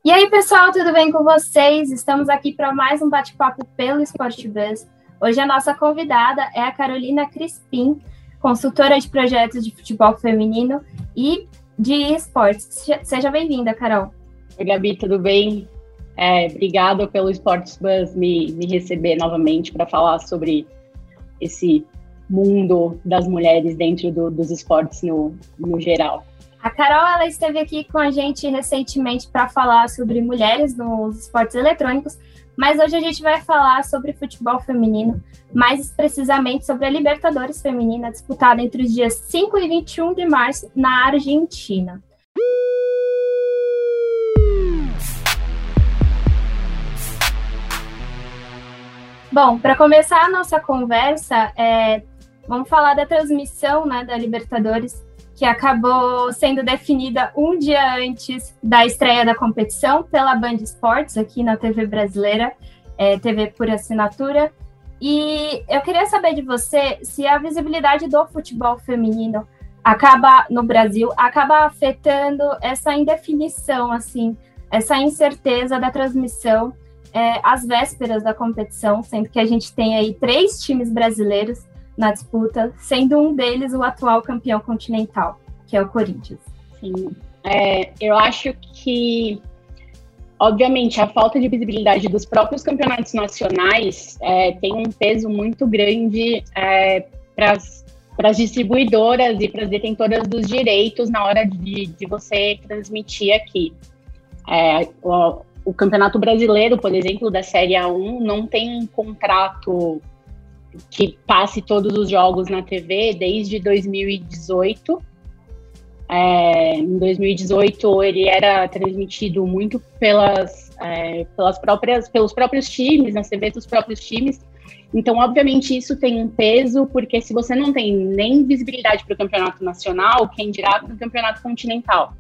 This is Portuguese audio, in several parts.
E aí, pessoal, tudo bem com vocês? Estamos aqui para mais um bate-papo pelo Sport Buzz. Hoje a nossa convidada é a Carolina Crispim, consultora de projetos de futebol feminino e de esportes. Seja bem-vinda, Carol. Oi, Gabi, tudo bem? Obrigada pelo Sports Buzz me receber novamente para falar sobre esse mundo das mulheres dentro dos esportes no geral. A Carol, ela esteve aqui com a gente recentemente para falar sobre mulheres nos esportes eletrônicos, mas hoje a gente vai falar sobre futebol feminino, mais precisamente sobre a Libertadores feminina, disputada entre os dias 5 e 21 de março na Argentina. Bom, para começar a nossa conversa, vamos falar da transmissão, né, da Libertadores, que acabou sendo definida um dia antes da estreia da competição pela Band Esportes, aqui na TV brasileira, TV por assinatura. E eu queria saber de você se a visibilidade do futebol feminino no Brasil acaba afetando essa indefinição, assim, essa incerteza da transmissão às vésperas da competição, sendo que a gente tem aí 3 times brasileiros na disputa, sendo um deles o atual campeão continental, que é o Corinthians. Sim, eu acho que, obviamente, a falta de visibilidade dos próprios campeonatos nacionais tem um peso muito grande para as distribuidoras e para as detentoras dos direitos na hora de você transmitir aqui. O Campeonato Brasileiro, por exemplo, da Série A1, não tem um contrato que passe todos os jogos na TV desde 2018. Em 2018 ele era transmitido muito pelos próprios times, nas TVs dos próprios times. Então, obviamente, isso tem um peso, porque se você não tem nem visibilidade para o campeonato nacional, quem dirá para o campeonato continental?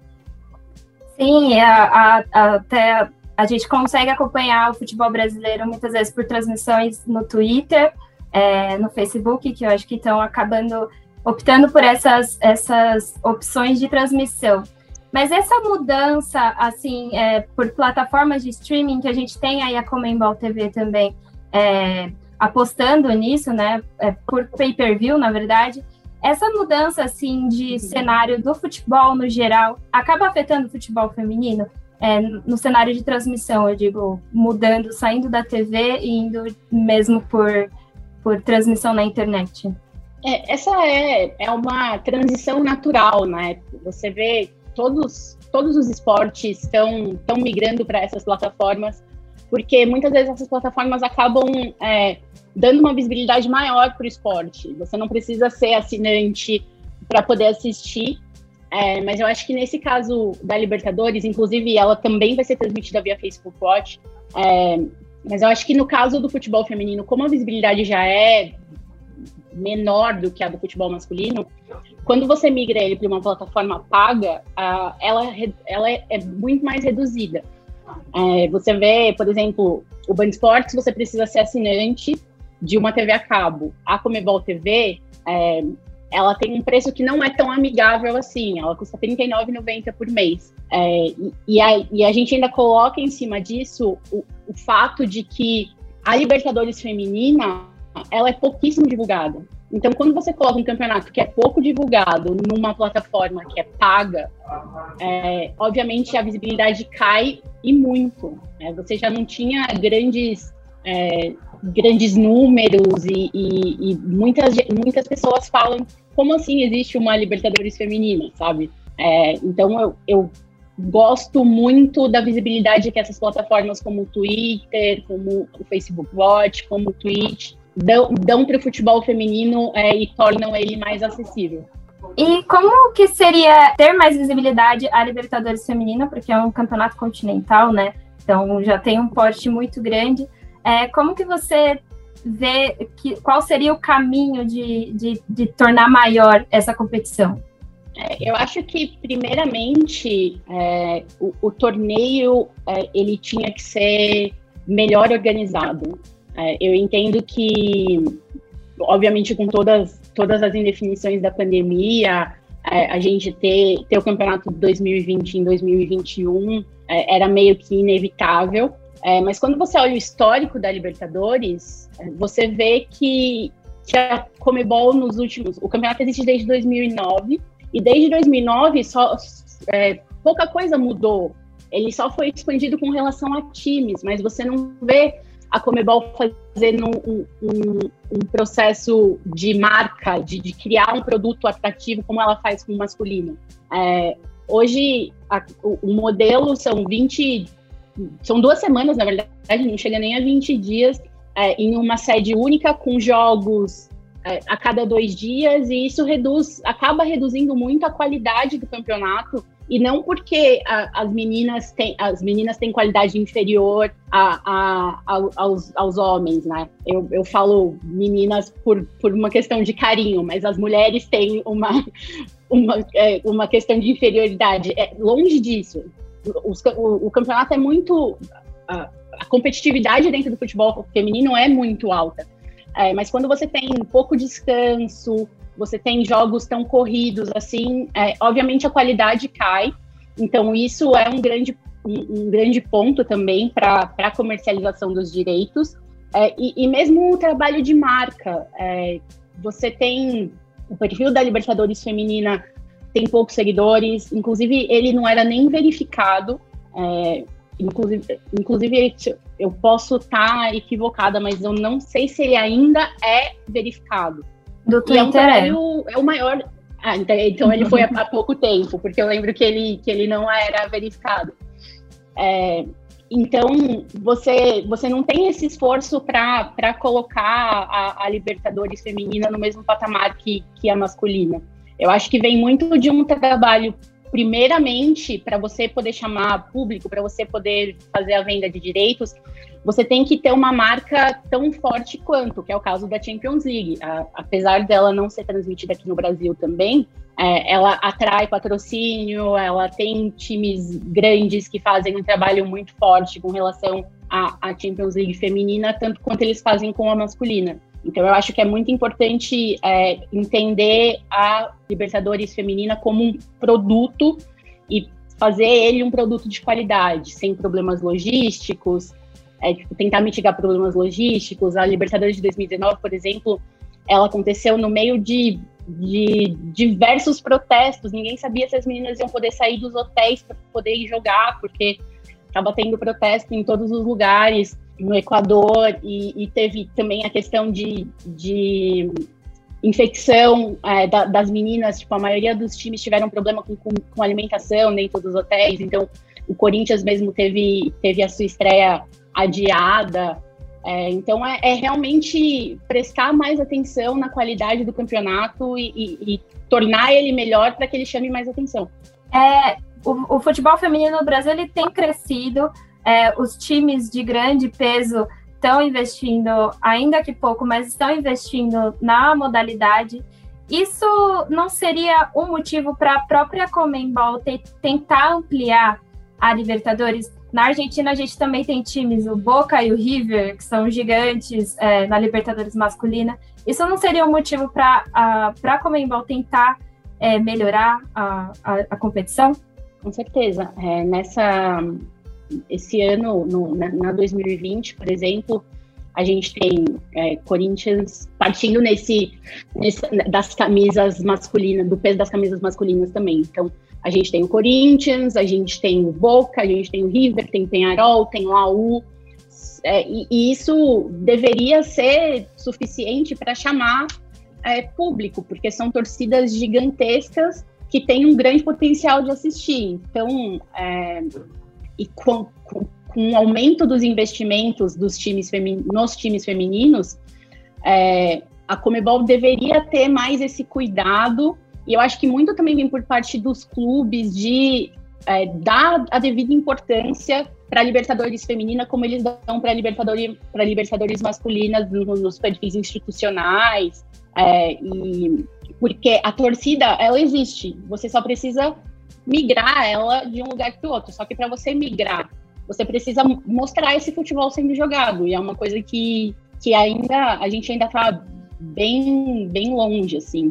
Sim, até a gente consegue acompanhar o futebol brasileiro muitas vezes por transmissões no Twitter, no Facebook, que eu acho que estão optando por essas opções de transmissão. Mas essa mudança, assim, por plataformas de streaming, que a gente tem aí a Conmebol TV também apostando nisso, né, por pay-per-view, na verdade, essa mudança, assim, de cenário do futebol no geral, acaba afetando o futebol feminino? No cenário de transmissão, eu digo, mudando, saindo da TV e indo mesmo por transmissão na internet. Essa é uma transição natural, né? Você vê todos os esportes estão migrando para essas plataformas, porque muitas vezes essas plataformas acabam dando uma visibilidade maior para o esporte. Você não precisa ser assinante para poder assistir, mas eu acho que nesse caso da Libertadores, inclusive ela também vai ser transmitida via Facebook Watch, mas eu acho que no caso do futebol feminino, como a visibilidade já é menor do que a do futebol masculino, quando você migra ele para uma plataforma paga, ela é muito mais reduzida. Você vê, por exemplo, o Band Esportes, você precisa ser assinante de uma TV a cabo. A Conmebol TV, ela tem um preço que não é tão amigável assim, ela custa R$ 39,90 por mês. E a gente ainda coloca em cima disso o fato de que a Libertadores feminina, ela é pouquíssimo divulgada. Então, quando você coloca um campeonato que é pouco divulgado numa plataforma que é paga, obviamente a visibilidade cai e muito. Você já não tinha grandes números e muitas pessoas falam, como assim existe uma Libertadores feminina, sabe? Então, eu gosto muito da visibilidade que essas plataformas como o Twitter, como o Facebook Watch, como o Twitch, dão para o futebol feminino e tornam ele mais acessível. E como que seria ter mais visibilidade a Libertadores feminina, porque é um campeonato continental, né? Então já tem um porte muito grande. Como que você vê qual seria o caminho de tornar maior essa competição? Eu acho que, primeiramente, o torneio ele tinha que ser melhor organizado. Eu entendo que, obviamente, com todas as indefinições da pandemia, a gente ter o campeonato de 2020 em 2021 era meio que inevitável. Mas quando você olha o histórico da Libertadores, você vê que a Conmebol nos últimos... O campeonato existe desde 2009, e desde 2009 pouca coisa mudou. Ele só foi expandido com relação a times, mas você não vê a Conmebol fazendo um processo de marca, de criar um produto atrativo como ela faz com o masculino. Hoje, o modelo são 2 semanas, na verdade, não chega nem a 20 dias, em uma sede única, com jogos a cada 2 dias, e isso acaba reduzindo muito a qualidade do campeonato, e não porque as meninas têm qualidade inferior aos homens, né? Eu falo meninas por uma questão de carinho, mas as mulheres têm uma questão de inferioridade. Longe disso. O campeonato é muito... A competitividade dentro do futebol feminino é muito alta. Mas quando você tem pouco descanso, você tem jogos tão corridos assim, obviamente a qualidade cai. Então isso é um grande ponto também para a comercialização dos direitos. E mesmo o trabalho de marca. Você tem o perfil da Libertadores feminina, tem poucos seguidores, inclusive ele não era nem verificado. Inclusive, eu posso estar equivocada, mas eu não sei se ele ainda é verificado. Do Twitter é o maior... então ele foi há pouco tempo, porque eu lembro que ele não era verificado. Então, você não tem esse esforço para colocar a Libertadores feminina no mesmo patamar que a masculina. Eu acho que vem muito de um trabalho, primeiramente, para você poder chamar público, para você poder fazer a venda de direitos, você tem que ter uma marca tão forte quanto, que é o caso da Champions League. Apesar dela não ser transmitida aqui no Brasil também, ela atrai patrocínio, ela tem times grandes que fazem um trabalho muito forte com relação à Champions League feminina, tanto quanto eles fazem com a masculina. Então, eu acho que é muito importante entender a Libertadores feminina como um produto e fazer ele um produto de qualidade, sem problemas logísticos, tentar mitigar problemas logísticos. A Libertadores de 2019, por exemplo, ela aconteceu no meio de diversos protestos. Ninguém sabia se as meninas iam poder sair dos hotéis para poder ir jogar, porque estava tendo protesto em todos os lugares no Equador, e teve também a questão de infecção das meninas. Tipo, a maioria dos times tiveram problema com alimentação dentro dos hotéis, então o Corinthians mesmo teve a sua estreia adiada. Então realmente prestar mais atenção na qualidade do campeonato e tornar ele melhor para que ele chame mais atenção. O futebol feminino no Brasil ele tem crescido. Os times de grande peso estão investindo, ainda que pouco, mas estão investindo na modalidade. Isso não seria um motivo para a própria Conmebol tentar ampliar a Libertadores? Na Argentina, a gente também tem times, o Boca e o River, que são gigantes na Libertadores masculina. Isso não seria um motivo para a Conmebol tentar melhorar a competição? Com certeza. Esse ano, na 2020, por exemplo, a gente tem Corinthians partindo das camisas masculinas, do peso das camisas masculinas também. Então, a gente tem o Corinthians, a gente tem o Boca, a gente tem o River, tem o Peñarol, tem o Laú. E isso deveria ser suficiente para chamar público, porque são torcidas gigantescas que têm um grande potencial de assistir. Então, e com o aumento dos investimentos nos times femininos, a Conmebol deveria ter mais esse cuidado, e eu acho que muito também vem por parte dos clubes de dar a devida importância para a Libertadores feminina, como eles dão para a Libertadores masculinas nos perfis institucionais, porque a torcida, ela existe, você só precisa migrar ela de um lugar para o outro. Só que para você migrar, você precisa mostrar esse futebol sendo jogado, e é uma coisa que a gente ainda está bem longe, assim.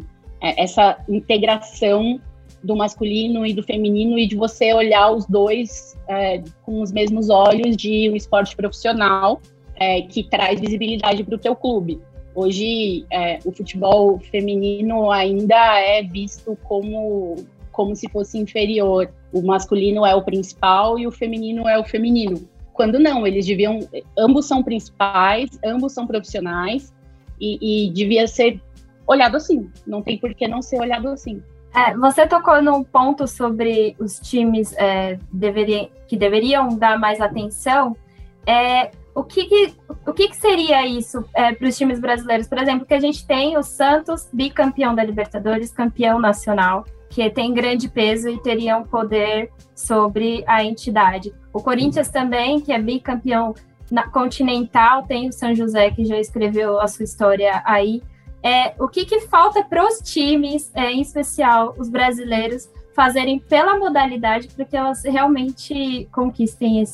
essa integração do masculino e do feminino e de você olhar os dois com os mesmos olhos de um esporte profissional que traz visibilidade para o teu clube. Hoje, o futebol feminino ainda é visto como se fosse inferior. O masculino é o principal e o feminino é o feminino. Quando não, eles deviam... Ambos são principais, ambos são profissionais e devia ser olhado assim. Não tem por que não ser olhado assim. Você tocou num ponto sobre os times que deveriam dar mais atenção. O que seria isso para os times brasileiros? Por exemplo, que a gente tem o Santos, bicampeão da Libertadores, campeão nacional, que tem grande peso e teria um poder sobre a entidade. O Corinthians também, que é bicampeão continental, tem o São José, que já escreveu a sua história aí. O que falta para os times, em especial os brasileiros, fazerem pela modalidade para que elas realmente conquistem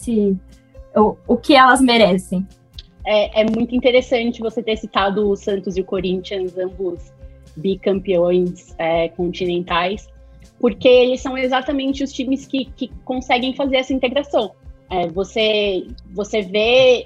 o que elas merecem? É muito interessante você ter citado o Santos e o Corinthians, ambos bicampeões continentais, porque eles são exatamente os times que conseguem fazer essa integração. Você vê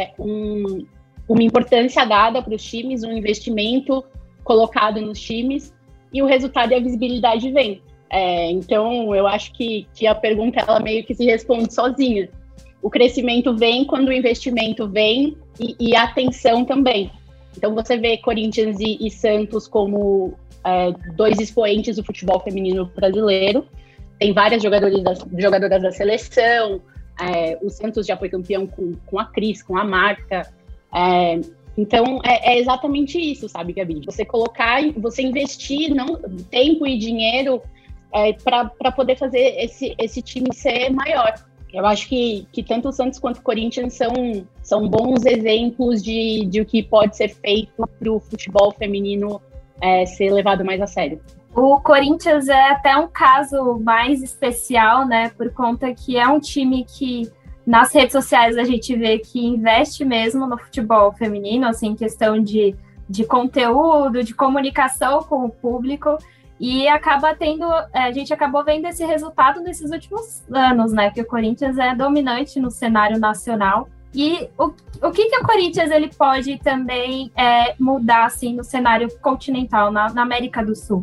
uma importância dada para os times, um investimento colocado nos times e o resultado e a visibilidade vem. Então, eu acho que a pergunta ela meio que se responde sozinha. O crescimento vem quando o investimento vem e a atenção também. Então, você vê Corinthians e Santos como dois expoentes do futebol feminino brasileiro. Tem várias jogadoras da seleção. O Santos já foi campeão com a Cris, com a Marta. Então, é exatamente isso, sabe, Gabi? Você investir tempo e dinheiro para poder fazer esse time ser maior. Eu acho que tanto o Santos quanto o Corinthians são bons exemplos de o que pode ser feito para o futebol feminino ser levado mais a sério. O Corinthians é até um caso mais especial, né? Por conta que é um time que nas redes sociais a gente vê que investe mesmo no futebol feminino, assim, em questão de conteúdo, de comunicação com o público. E a gente acabou vendo esse resultado nesses últimos anos, né? Que o Corinthians é dominante no cenário nacional. E o que o Corinthians ele pode também mudar assim, no cenário continental, na América do Sul?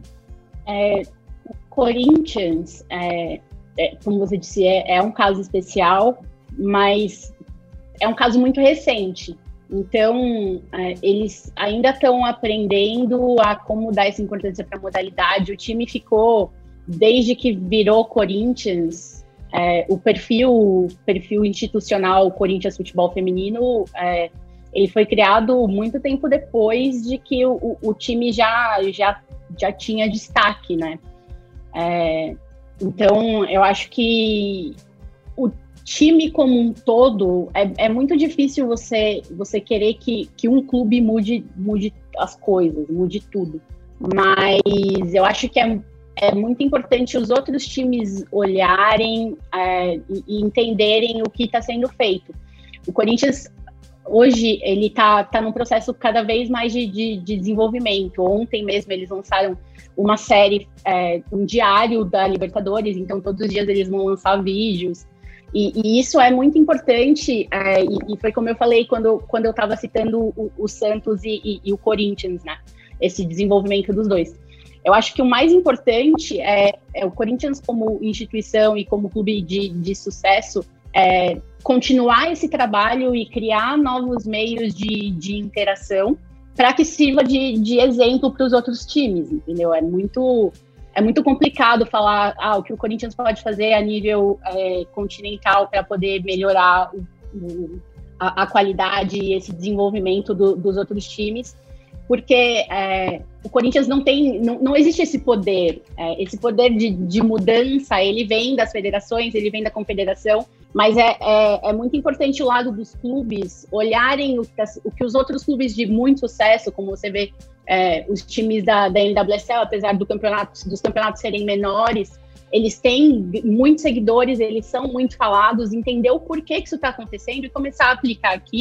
O Corinthians, como você disse, é um caso especial, mas é um caso muito recente. Então, eles ainda estão aprendendo a como dar essa importância para a modalidade. O time ficou, desde que virou Corinthians, o perfil institucional Corinthians Futebol Feminino, ele foi criado muito tempo depois de que o time já tinha destaque, né? Então, eu acho que o time como um todo, é muito difícil você querer que um clube mude as coisas, mude tudo. Mas eu acho que é muito importante os outros times olharem e entenderem o que está sendo feito. O Corinthians, hoje, ele tá num processo cada vez mais de desenvolvimento. Ontem mesmo eles lançaram uma série, um diário da Libertadores, então todos os dias eles vão lançar vídeos. E isso é muito importante, e foi como eu falei quando eu estava citando o Santos e o Corinthians, né? Esse desenvolvimento dos dois. Eu acho que o mais importante é o Corinthians como instituição e como clube de sucesso, continuar esse trabalho e criar novos meios de interação para que sirva de exemplo para os outros times, entendeu? É muito complicado falar o que o Corinthians pode fazer a nível continental para poder melhorar a qualidade e esse desenvolvimento dos outros times, porque o Corinthians não existe esse poder de mudança, ele vem das federações, ele vem da confederação, mas é muito importante o lado dos clubes olharem o que os outros clubes de muito sucesso, como você vê, os times da NWSL, apesar dos campeonatos serem menores, eles têm muitos seguidores, eles são muito falados, entender o porquê que isso está acontecendo e começar a aplicar aqui,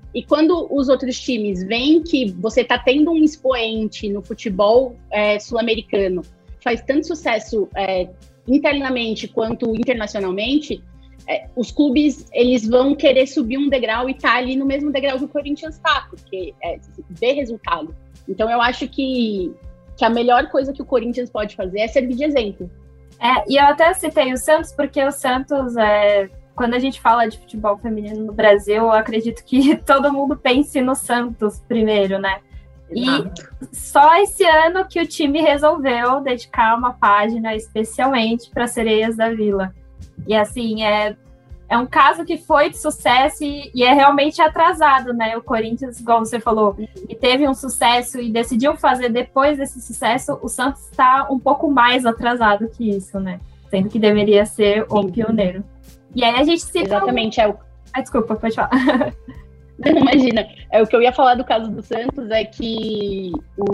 E quando os outros times veem que você está tendo um expoente no futebol sul-americano, faz tanto sucesso internamente quanto internacionalmente, os clubes eles vão querer subir um degrau e estar ali no mesmo degrau que o Corinthians está, porque vê resultado. Então eu acho que a melhor coisa que o Corinthians pode fazer é servir de exemplo. E eu até citei o Santos, porque o Santos, quando a gente fala de futebol feminino no Brasil, eu acredito que todo mundo pense no Santos primeiro, né? Exato. E só esse ano que o time resolveu dedicar uma página especialmente para Sereias da Vila. E assim, é um caso que foi de sucesso e é realmente atrasado, né? O Corinthians, igual você falou, e teve um sucesso e decidiu fazer depois desse sucesso, o Santos está um pouco mais atrasado que isso, né? Sendo que deveria ser o pioneiro. E aí a gente cita... Exatamente. Desculpa, pode falar. Não, imagina. O que eu ia falar do caso do Santos é que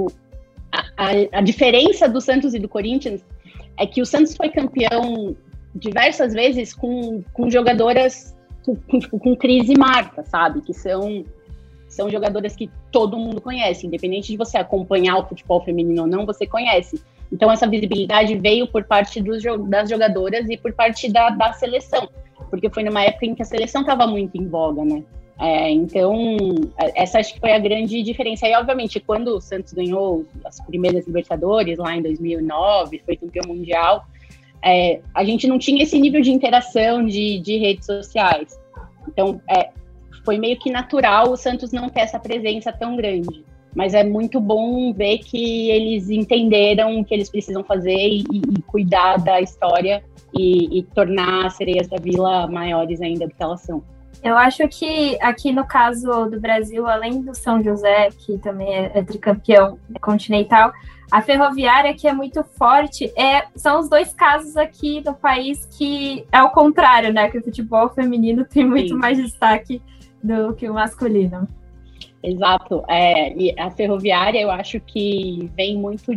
a diferença do Santos e do Corinthians é que o Santos foi campeão diversas vezes com jogadoras com Cris e Marta, sabe? Que são jogadoras que todo mundo conhece, independente de você acompanhar o futebol feminino ou não, você conhece. Então essa visibilidade veio por parte das jogadoras e por parte da seleção, porque foi numa época em que a seleção estava muito em voga, né? Então, essa acho que foi a grande diferença. E, obviamente, quando o Santos ganhou as primeiras Libertadores, lá em 2009, foi campeão mundial, a gente não tinha esse nível de interação de redes sociais. Então, foi meio que natural o Santos não ter essa presença tão grande. Mas é muito bom ver que eles entenderam o que eles precisam fazer e cuidar da história e tornar as Sereias da Vila maiores ainda do que elas são. Eu acho que aqui no caso do Brasil, além do São José, que também é tricampeão continental, a Ferroviária, que é muito forte, são os dois casos aqui no país que é o contrário, né? Que o futebol feminino tem muito mais destaque do que o masculino. Exato. E a Ferroviária, eu acho que vem muito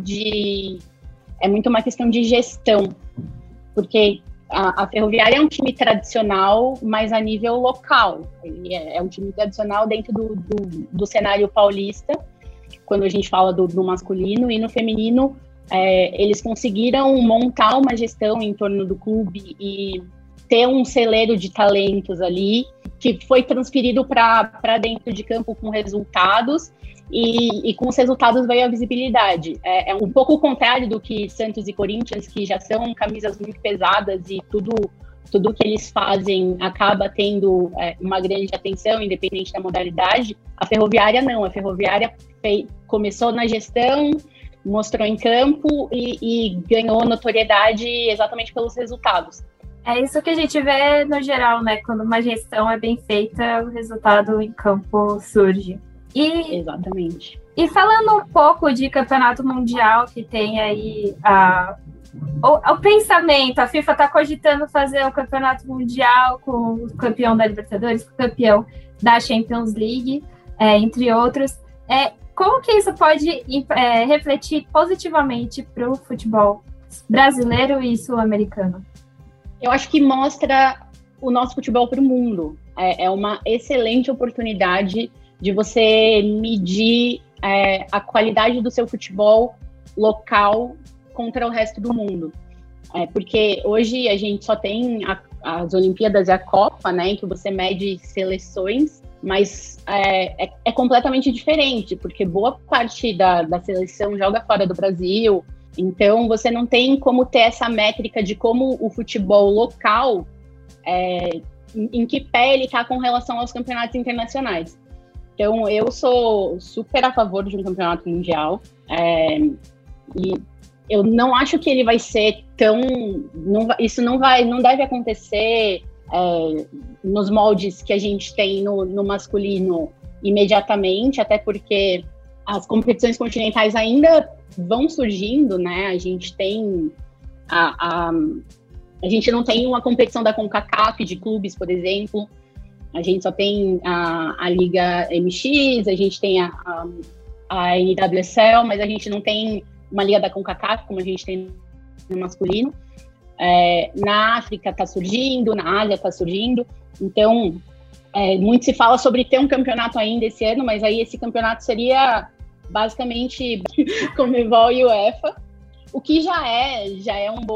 é muito uma questão de gestão, porque a Ferroviária é um time tradicional, mas a nível local. Ele é um time tradicional dentro do cenário paulista, quando a gente fala do masculino, e no feminino eles conseguiram montar uma gestão em torno do clube e ter um celeiro de talentos ali, que foi transferido para dentro de campo com resultados, e com os resultados veio a visibilidade. É um pouco o contrário do que Santos e Corinthians, que já são camisas muito pesadas e tudo que eles fazem acaba tendo uma grande atenção, independente da modalidade. A Ferroviária não, a Ferroviária começou na gestão, mostrou em campo e ganhou notoriedade exatamente pelos resultados. É isso que a gente vê no geral, né? Quando uma gestão é bem feita, o resultado em campo surge. Exatamente. E falando um pouco de campeonato mundial, que tem aí o pensamento, a FIFA está cogitando fazer o campeonato mundial com o campeão da Libertadores, com o campeão da Champions League, entre outros. Como que isso pode refletir positivamente para o futebol brasileiro e sul-americano? Eu acho que mostra o nosso futebol para o mundo. É uma excelente oportunidade de você medir a qualidade do seu futebol local contra o resto do mundo. Porque hoje a gente só tem as Olimpíadas e a Copa, né, em que você mede seleções, mas é completamente diferente, porque boa parte da seleção joga fora do Brasil, então você não tem como ter essa métrica de como o futebol local, em que pé ele está com relação aos campeonatos internacionais. Então, eu sou super a favor de um campeonato mundial, e eu não acho que ele vai ser tão... isso não deve acontecer nos moldes que a gente tem no masculino imediatamente, até porque as competições continentais ainda vão surgindo, né? A gente tem... a gente não tem uma competição da CONCACAF de clubes, por exemplo. A gente só tem a Liga MX, a gente tem a NWSL, mas a gente não tem uma Liga da CONCACAF, como a gente tem no masculino. Na África está surgindo, na Ásia está surgindo. Então, Muito se fala sobre ter um campeonato ainda esse ano, mas aí esse campeonato seria basicamente Conmebol e UEFA, o que já é um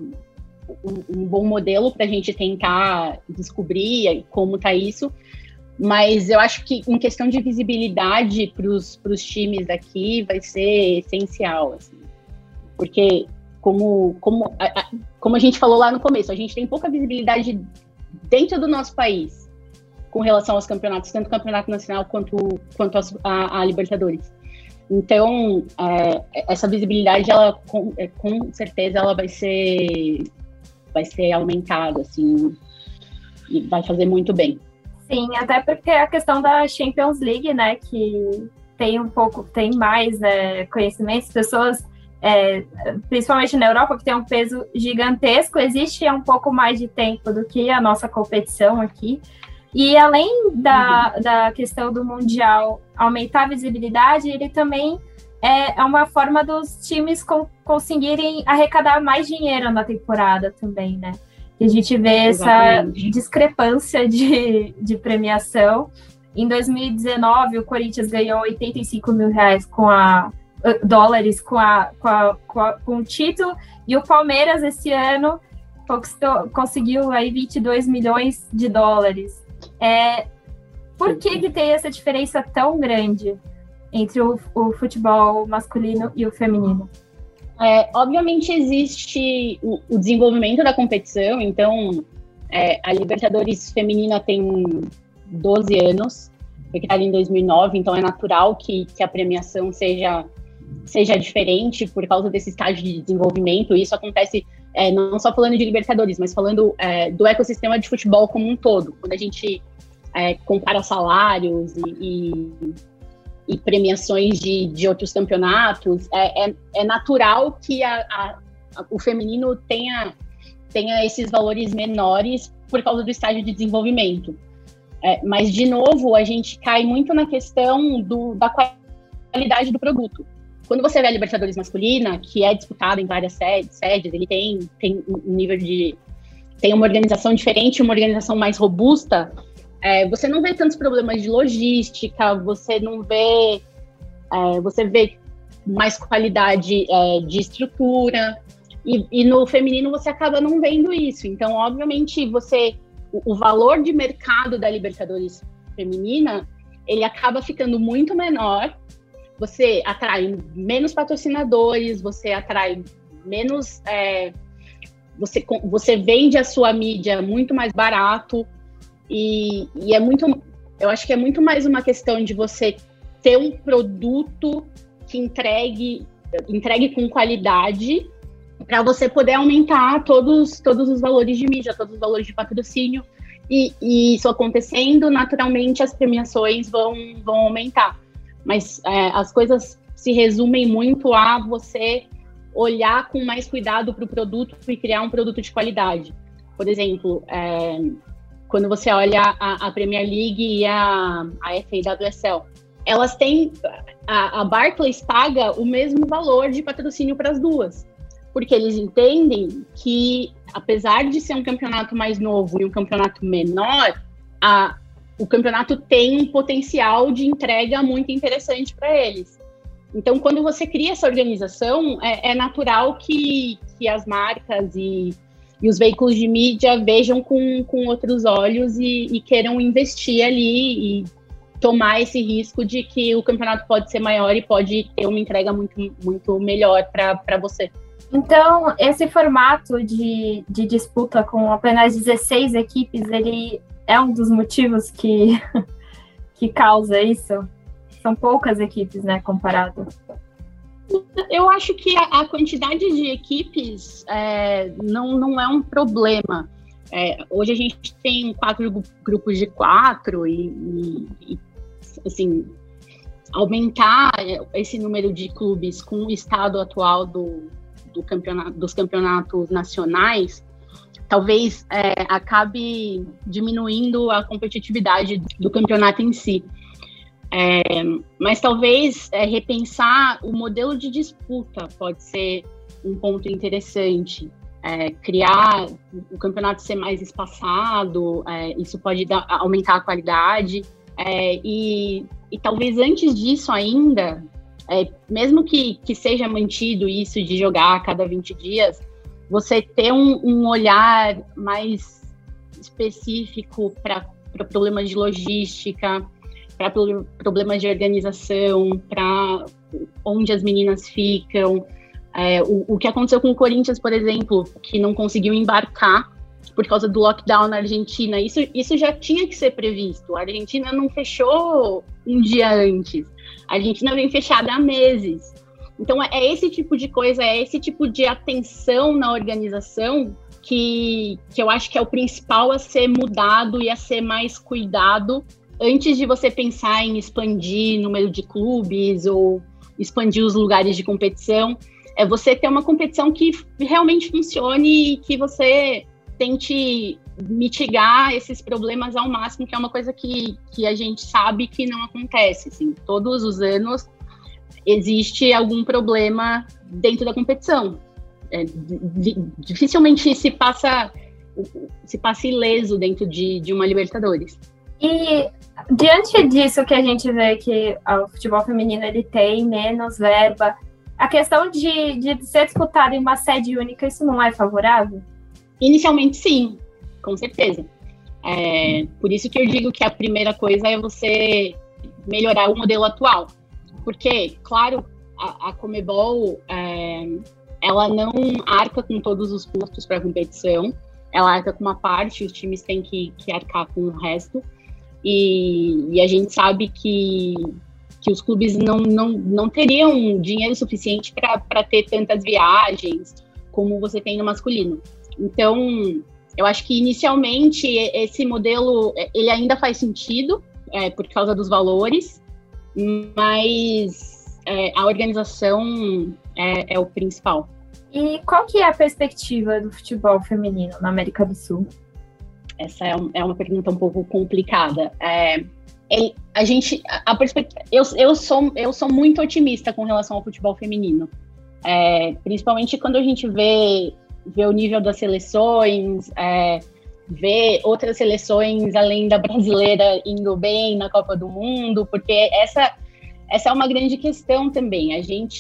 bom modelo para a gente tentar descobrir como está isso. Mas eu acho que em questão de visibilidade para os times daqui vai ser essencial, assim, porque como a gente falou lá no começo, a gente tem pouca visibilidade dentro do nosso país com relação aos campeonatos, tanto o campeonato nacional quanto a Libertadores. Então, essa visibilidade, ela com certeza, ela vai ser aumentada, assim, e vai fazer muito bem. Sim, até porque a questão da Champions League, né, que tem mais conhecimento, pessoas, principalmente na Europa, que tem um peso gigantesco, existe um pouco mais de tempo do que a nossa competição aqui. E além da questão do Mundial aumentar a visibilidade, ele também é uma forma dos times conseguirem arrecadar mais dinheiro na temporada também, né? E a gente vê essa discrepância de premiação. Em 2019, o Corinthians ganhou 85 mil reais dólares com o título, e o Palmeiras, esse ano, conseguiu aí 22 milhões de dólares. Por que tem essa diferença tão grande entre o futebol masculino e o feminino? Obviamente existe o desenvolvimento da competição, então a Libertadores feminina tem 12 anos, foi criada em 2009, então é natural que a premiação seja diferente por causa desse estágio de desenvolvimento. Isso acontece não só falando de Libertadores, mas falando do ecossistema de futebol como um todo. Quando a gente compara salários e premiações de outros campeonatos, é natural que o feminino tenha esses valores menores por causa do estágio de desenvolvimento. Mas, de novo, a gente cai muito na questão da qualidade do produto. Quando você vê a Libertadores masculina, que é disputada em várias sedes, ele tem um nível tem uma organização diferente, uma organização mais robusta. Você não vê tantos problemas de logística, você vê mais qualidade de estrutura, e no feminino você acaba não vendo isso. Então, obviamente, o valor de mercado da Libertadores feminina, ele acaba ficando muito menor, você atrai menos patrocinadores, você atrai menos... Você vende a sua mídia muito mais barato, e eu acho que é muito mais uma questão de você ter um produto que entregue com qualidade para você poder aumentar todos os valores de mídia, todos os valores de patrocínio, e isso acontecendo, naturalmente as premiações vão aumentar. Mas as coisas se resumem muito a você olhar com mais cuidado para o produto e criar um produto de qualidade. Por exemplo, quando você olha a Premier League e a FA e WSL, elas têm... A Barclays paga o mesmo valor de patrocínio para as duas, porque eles entendem que, apesar de ser um campeonato mais novo e um campeonato menor, o campeonato tem um potencial de entrega muito interessante para eles. Então, quando você cria essa organização, é natural que as marcas e os veículos de mídia vejam com outros olhos e queiram investir ali e tomar esse risco de que o campeonato pode ser maior e pode ter uma entrega muito, muito melhor para você. Então, esse formato de disputa com apenas 16 equipes, ele é um dos motivos que causa isso? São poucas equipes, né, comparado. Eu acho que a quantidade de equipes não é um problema. Hoje a gente tem 4 grupos de 4 e assim, aumentar esse número de clubes com o estado atual dos campeonatos nacionais, talvez acabe diminuindo a competitividade do campeonato em si. Mas talvez repensar o modelo de disputa pode ser um ponto interessante. criar o campeonato ser mais espaçado, isso pode aumentar a qualidade, e talvez antes disso ainda, mesmo que seja mantido isso de jogar a cada 20 dias, você ter um olhar mais específico para problemas de logística, para problemas de organização, para onde as meninas ficam. O que aconteceu com o Corinthians, por exemplo, que não conseguiu embarcar por causa do lockdown na Argentina, isso já tinha que ser previsto. A Argentina não fechou um dia antes. A Argentina vem fechada há meses. Então, é esse tipo de coisa, é esse tipo de atenção na organização que eu acho que é o principal a ser mudado e a ser mais cuidado antes de você pensar em expandir o número de clubes ou expandir os lugares de competição. É você ter uma competição que realmente funcione e que você tente mitigar esses problemas ao máximo, que é uma coisa que a gente sabe que não acontece. Assim, todos os anos existe algum problema dentro da competição. Dificilmente se passa ileso dentro de uma Libertadores. E diante disso que a gente vê que o futebol feminino ele tem menos verba, a questão de ser disputado em uma sede única, isso não é favorável? Inicialmente, sim, com certeza. Por isso que eu digo que a primeira coisa é você melhorar o modelo atual. Porque, claro, a Conmebol, ela não arca com todos os custos para a competição, ela arca com uma parte, os times têm que arcar com o resto. E a gente sabe que os clubes não teriam dinheiro suficiente para ter tantas viagens como você tem no masculino. Então, eu acho que inicialmente esse modelo ele ainda faz sentido por causa dos valores, mas a organização é o principal. E qual que é a perspectiva do futebol feminino na América do Sul? Essa é uma pergunta um pouco complicada. Eu sou muito otimista com relação ao futebol feminino, principalmente quando a gente vê o nível das seleções, vê outras seleções além da brasileira indo bem na Copa do Mundo, porque essa é uma grande questão também.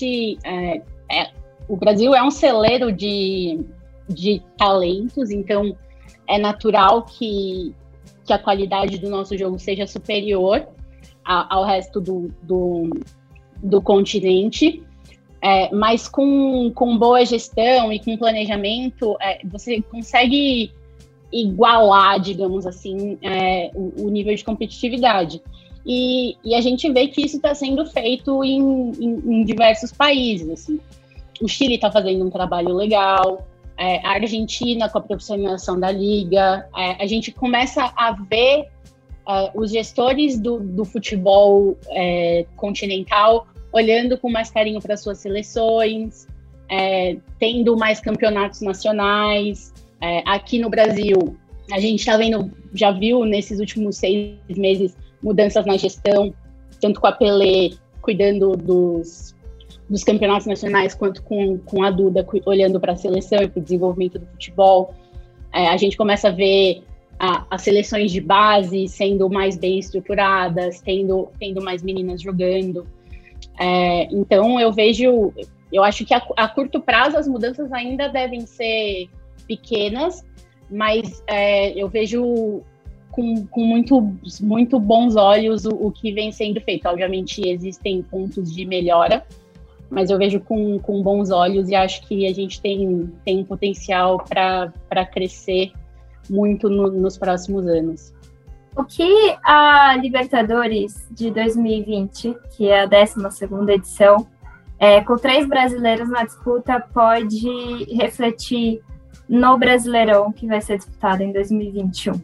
O Brasil é um celeiro de talentos, então é natural que a qualidade do nosso jogo seja superior ao resto do continente, mas com boa gestão e com planejamento, você consegue igualar, digamos assim, o nível de competitividade. E a gente vê que isso está sendo feito em diversos países. Assim. O Chile está fazendo um trabalho legal, a Argentina com a profissionalização da liga, a gente começa a ver os gestores do futebol continental olhando com mais carinho para suas seleções, tendo mais campeonatos nacionais. Aqui no Brasil, a gente está vendo, já viu nesses últimos 6 meses, mudanças na gestão, tanto com a Pelé cuidando dos campeonatos nacionais, quanto com a Duda olhando para a seleção e para o desenvolvimento do futebol. A gente começa a ver as seleções de base sendo mais bem estruturadas, tendo mais meninas jogando. Então, eu acho que a curto prazo as mudanças ainda devem ser pequenas, mas eu vejo com muito bons olhos o que vem sendo feito. Obviamente, existem pontos de melhora, mas eu vejo com bons olhos e acho que a gente tem um potencial para crescer muito nos próximos anos. O que a Libertadores de 2020, que é a 12ª edição, com 3 brasileiros na disputa, pode refletir no Brasileirão que vai ser disputado em 2021?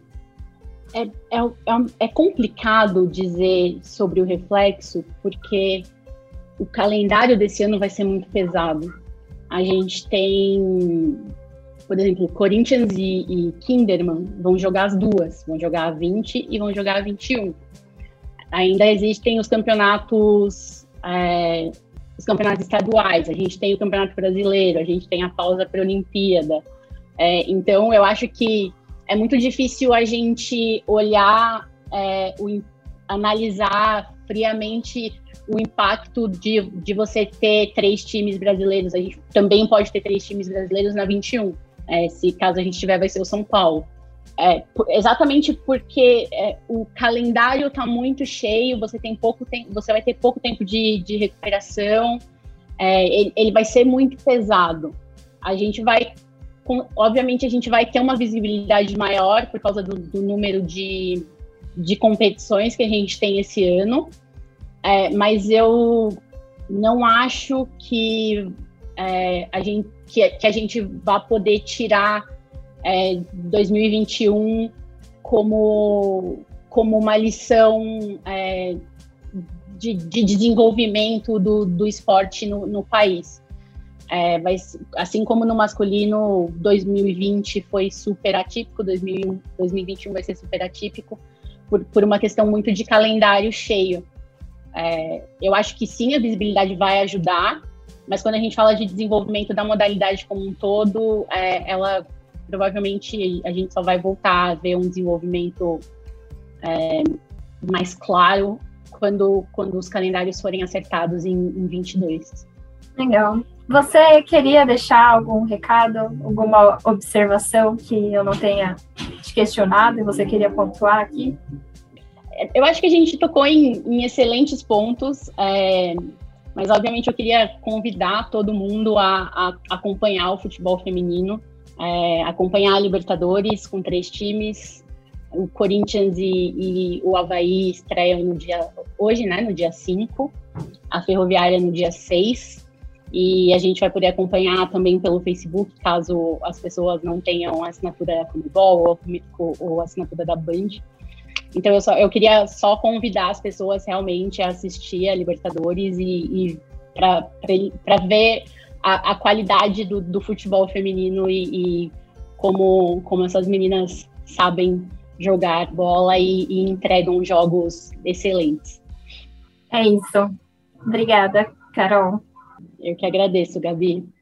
É complicado dizer sobre o reflexo, porque o calendário desse ano vai ser muito pesado. A gente tem, por exemplo, Corinthians e Kinderman vão jogar as duas, vão jogar a 20 e vão jogar a 21. Ainda existem os campeonatos estaduais, a gente tem o Campeonato Brasileiro, a gente tem a pausa para a Olimpíada. Então, eu acho que é muito difícil a gente olhar, analisar friamente o impacto de você ter 3 times brasileiros. A gente também pode ter 3 times brasileiros na 21. Se caso a gente tiver, vai ser o São Paulo. Exatamente porque o calendário está muito cheio, você vai ter pouco tempo de recuperação, ele vai ser muito pesado. Obviamente a gente vai ter uma visibilidade maior por causa do número de competições que a gente tem esse ano, mas eu não acho que a gente vá poder tirar 2021 como uma lição de desenvolvimento do esporte no país. Mas, assim como no masculino, 2020 foi super atípico, 2021 vai ser super atípico, por uma questão muito de calendário cheio. Eu acho que sim, a visibilidade vai ajudar, mas quando a gente fala de desenvolvimento da modalidade como um todo, ela provavelmente a gente só vai voltar a ver um desenvolvimento mais claro quando os calendários forem acertados em 22. Legal. Você queria deixar algum recado, alguma observação que eu não tenha te questionado e você queria pontuar aqui? Eu acho que a gente tocou em excelentes pontos, mas obviamente eu queria convidar todo mundo a acompanhar o futebol feminino, acompanhar a Libertadores com 3 times. O Corinthians e o Avaí estreiam hoje, né, no dia 5, a Ferroviária no dia 6, e a gente vai poder acompanhar também pelo Facebook, caso as pessoas não tenham assinatura da Comebol ou assinatura da Band. Então eu queria só convidar as pessoas realmente a assistir a Libertadores e para ver a qualidade do futebol feminino e como essas meninas sabem jogar bola e entregam jogos excelentes. É isso. Obrigada, Carol. Eu que agradeço, Gabi.